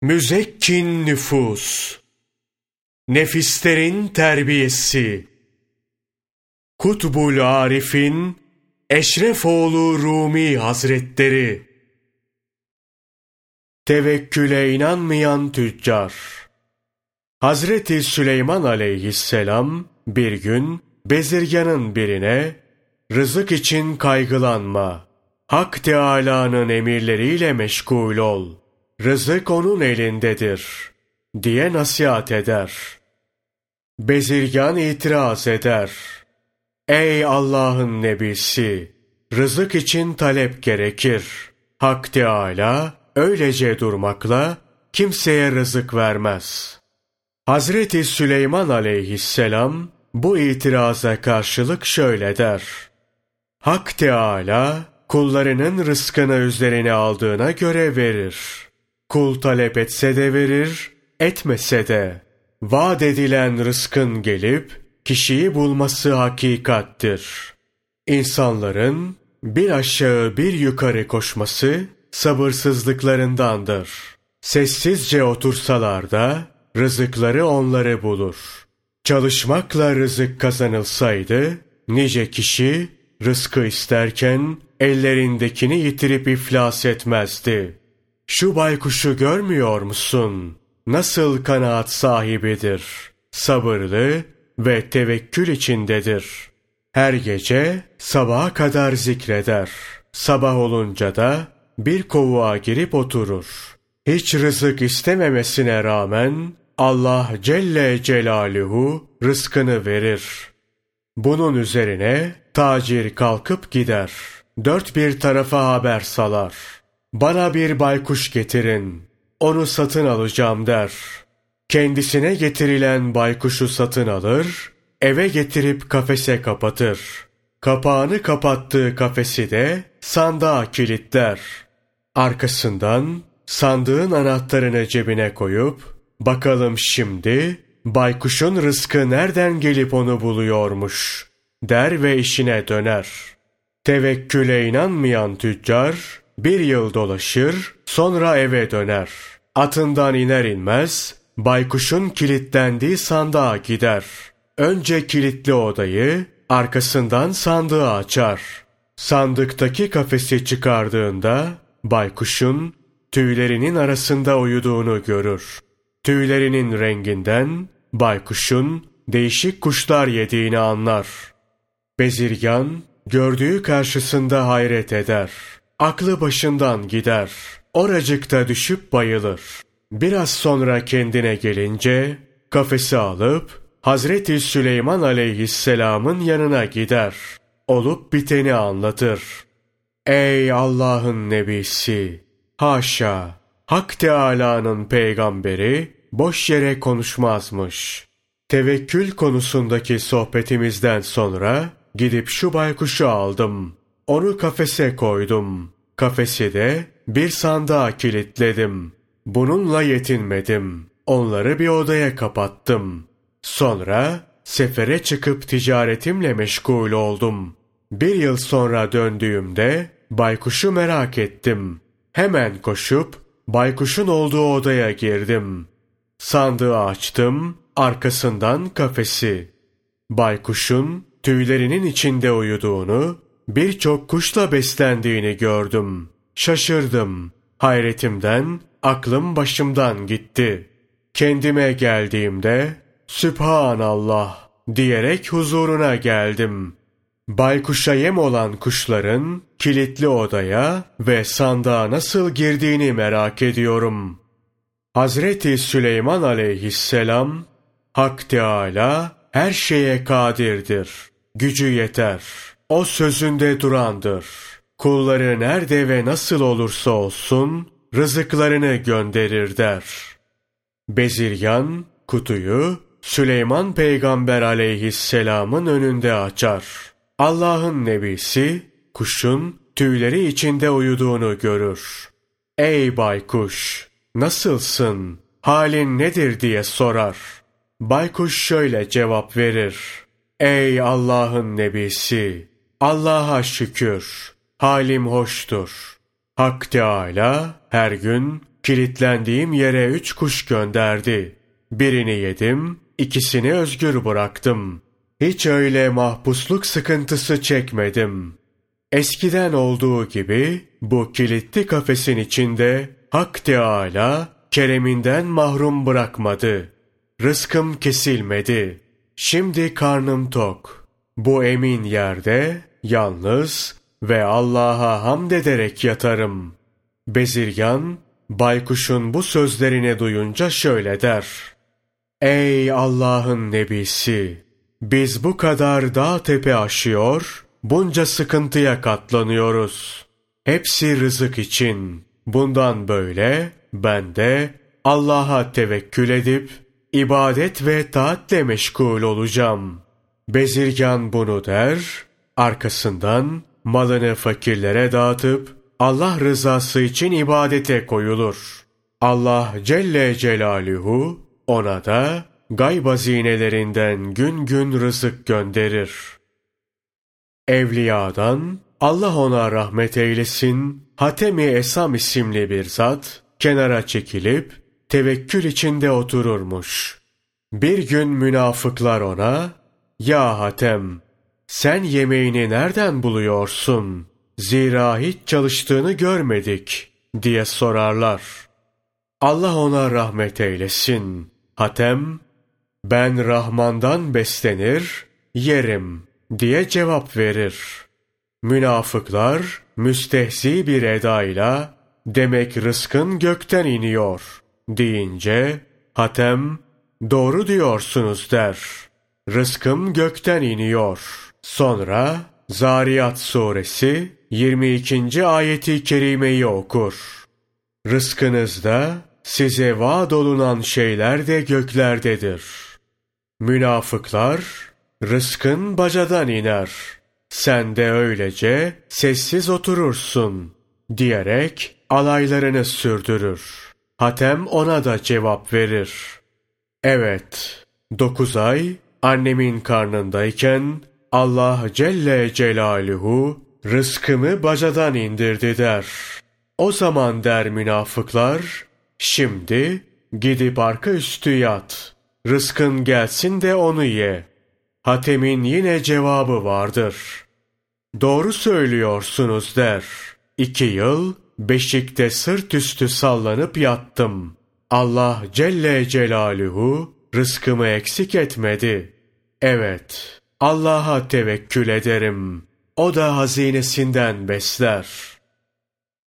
Müzekkin nüfus, nefislerin terbiyesi, Kutbul Arif'in Eşrefoğlu Rumi Hazretleri, tevekküle inanmayan tüccar. Hazreti Süleyman aleyhisselam bir gün bezirganın birine, rızık için kaygılanma, Hak Teâlâ'nın emirleriyle meşgul ol, rızık onun elindedir diye nasihat eder. Bezirgan itiraz eder. Ey Allah'ın nebisi! Rızık için talep gerekir. Hak Teâlâ öylece durmakla kimseye rızık vermez. Hazreti Süleyman aleyhisselam bu itiraza karşılık şöyle der. Hak Teâlâ kullarının rızkını üzerine aldığına göre verir. Kul talep etse de verir, etmese de. Vaat edilen rızkın gelip kişiyi bulması hakikattir. İnsanların bir aşağı bir yukarı koşması sabırsızlıklarındandır. Sessizce otursalar da rızıkları onları bulur. Çalışmakla rızık kazanılsaydı, nice kişi rızkı isterken ellerindekini yitirip iflas etmezdi. Şu baykuşu görmüyor musun? Nasıl kanaat sahibidir, sabırlı ve tevekkül içindedir. Her gece sabaha kadar zikreder. Sabah olunca da bir kovuğa girip oturur. Hiç rızık istememesine rağmen Allah Celle Celaluhu rızkını verir. Bunun üzerine tacir kalkıp gider. Dört bir tarafa haber salar. Bana bir baykuş getirin, onu satın alacağım der. Kendisine getirilen baykuşu satın alır, eve getirip kafese kapatır. Kapağını kapattığı kafesi de sandığa kilitler. Arkasından sandığın anahtarını cebine koyup, bakalım şimdi baykuşun rızkı nereden gelip onu buluyormuş der ve işine döner. Tevekküle inanmayan tüccar bir yıl dolaşır, sonra eve döner. Atından iner inmez baykuşun kilitlendiği sandığa gider. Önce kilitli odayı, arkasından sandığı açar. Sandıktaki kafesi çıkardığında baykuşun tüylerinin arasında uyuduğunu görür. Tüylerinin renginden baykuşun değişik kuşlar yediğini anlar. Bezirgan gördüğü karşısında hayret eder. Aklı başından gider. Oracıkta düşüp bayılır. Biraz sonra kendine gelince kafesi alıp Hazreti Süleyman aleyhisselamın yanına gider. Olup biteni anlatır. Ey Allah'ın nebisi! Haşa! Hak Teâlâ'nın peygamberi boş yere konuşmazmış. Tevekkül konusundaki sohbetimizden sonra gidip şu baykuşu aldım. Onu kafese koydum. Kafesi de bir sandığa kilitledim. Bununla yetinmedim. Onları bir odaya kapattım. Sonra sefere çıkıp ticaretimle meşgul oldum. Bir yıl sonra döndüğümde baykuşu merak ettim. Hemen koşup baykuşun olduğu odaya girdim. Sandığı açtım, arkasından kafesi. Baykuşun tüylerinin içinde uyuduğunu, birçok kuşla beslendiğini gördüm. Şaşırdım. Hayretimden aklım başımdan gitti. Kendime geldiğimde Sübhanallah diyerek huzuruna geldim. Baykuşa yem olan kuşların kilitli odaya ve sandığa nasıl girdiğini merak ediyorum. Hazreti Süleyman aleyhisselam, Hak Teâlâ her şeye kadirdir. Gücü yeter. O sözünde durandır. Kulları nerede ve nasıl olursa olsun rızıklarını gönderir der. Bezirgan kutuyu Süleyman peygamber aleyhisselamın önünde açar. Allah'ın nebisi kuşun tüyleri içinde uyuduğunu görür. Ey baykuş! Nasılsın? Halin nedir diye sorar. Baykuş şöyle cevap verir. Ey Allah'ın nebisi! Allah'a şükür. Halim hoştur. Hak Teâlâ her gün kilitlendiğim yere 3 kuş gönderdi. Birini yedim, ikisini özgür bıraktım. Hiç öyle mahpusluk sıkıntısı çekmedim. Eskiden olduğu gibi bu kilitli kafesin içinde Hak Teâlâ kereminden mahrum bırakmadı. Rızkım kesilmedi. Şimdi karnım tok. Bu emin yerde yalnız ve Allah'a hamd ederek yatarım. Bezirgan, baykuşun bu sözlerini duyunca şöyle der: Ey Allah'ın nebisi! Biz bu kadar dağ tepe aşıyor, bunca sıkıntıya katlanıyoruz. Hepsi rızık için. Bundan böyle ben de Allah'a tevekkül edip ibadet ve taatle meşgul olacağım. Bezirgan bunu der, arkasından malını fakirlere dağıtıp Allah rızası için ibadete koyulur. Allah Celle Celaluhu ona da gayb hazinelerinden gün gün rızık gönderir. Evliyadan, Allah ona rahmet eylesin, Hatem-i Esam isimli bir zat kenara çekilip tevekkül içinde otururmuş. Bir gün münafıklar ona, "Ya Hatem, sen yemeğini nereden buluyorsun? Zira hiç çalıştığını görmedik," diye sorarlar. Allah ona rahmet eylesin. Hatem, "Ben Rahman'dan beslenir, yerim," diye cevap verir. Münafıklar müstehzi bir edayla, "Demek rızkın gökten iniyor," deyince Hatem, "Doğru diyorsunuz," der. Rızkım gökten iniyor. Sonra Zariyat suresi 22. ayeti kerimeyi okur. Rızkınızda size vaad olunan şeyler de göklerdedir. Münafıklar, "Rızkın bacadan iner, sen de öylece sessiz oturursun," diyerek alaylarını sürdürür. Hatem ona da cevap verir. "Evet, 9 ay annemin karnındayken Allah Celle Celaluhu rızkımı bacadan indirdi," der. O zaman der münafıklar, "Şimdi gidip arka üstü yat, rızkın gelsin de onu ye." Hatem'in yine cevabı vardır. "Doğru söylüyorsunuz," der. 2 yıl beşikte sırt üstü sallanıp yattım. Allah Celle Celaluhu rızkımı eksik etmedi. Evet, Allah'a tevekkül ederim. O da hazinesinden besler.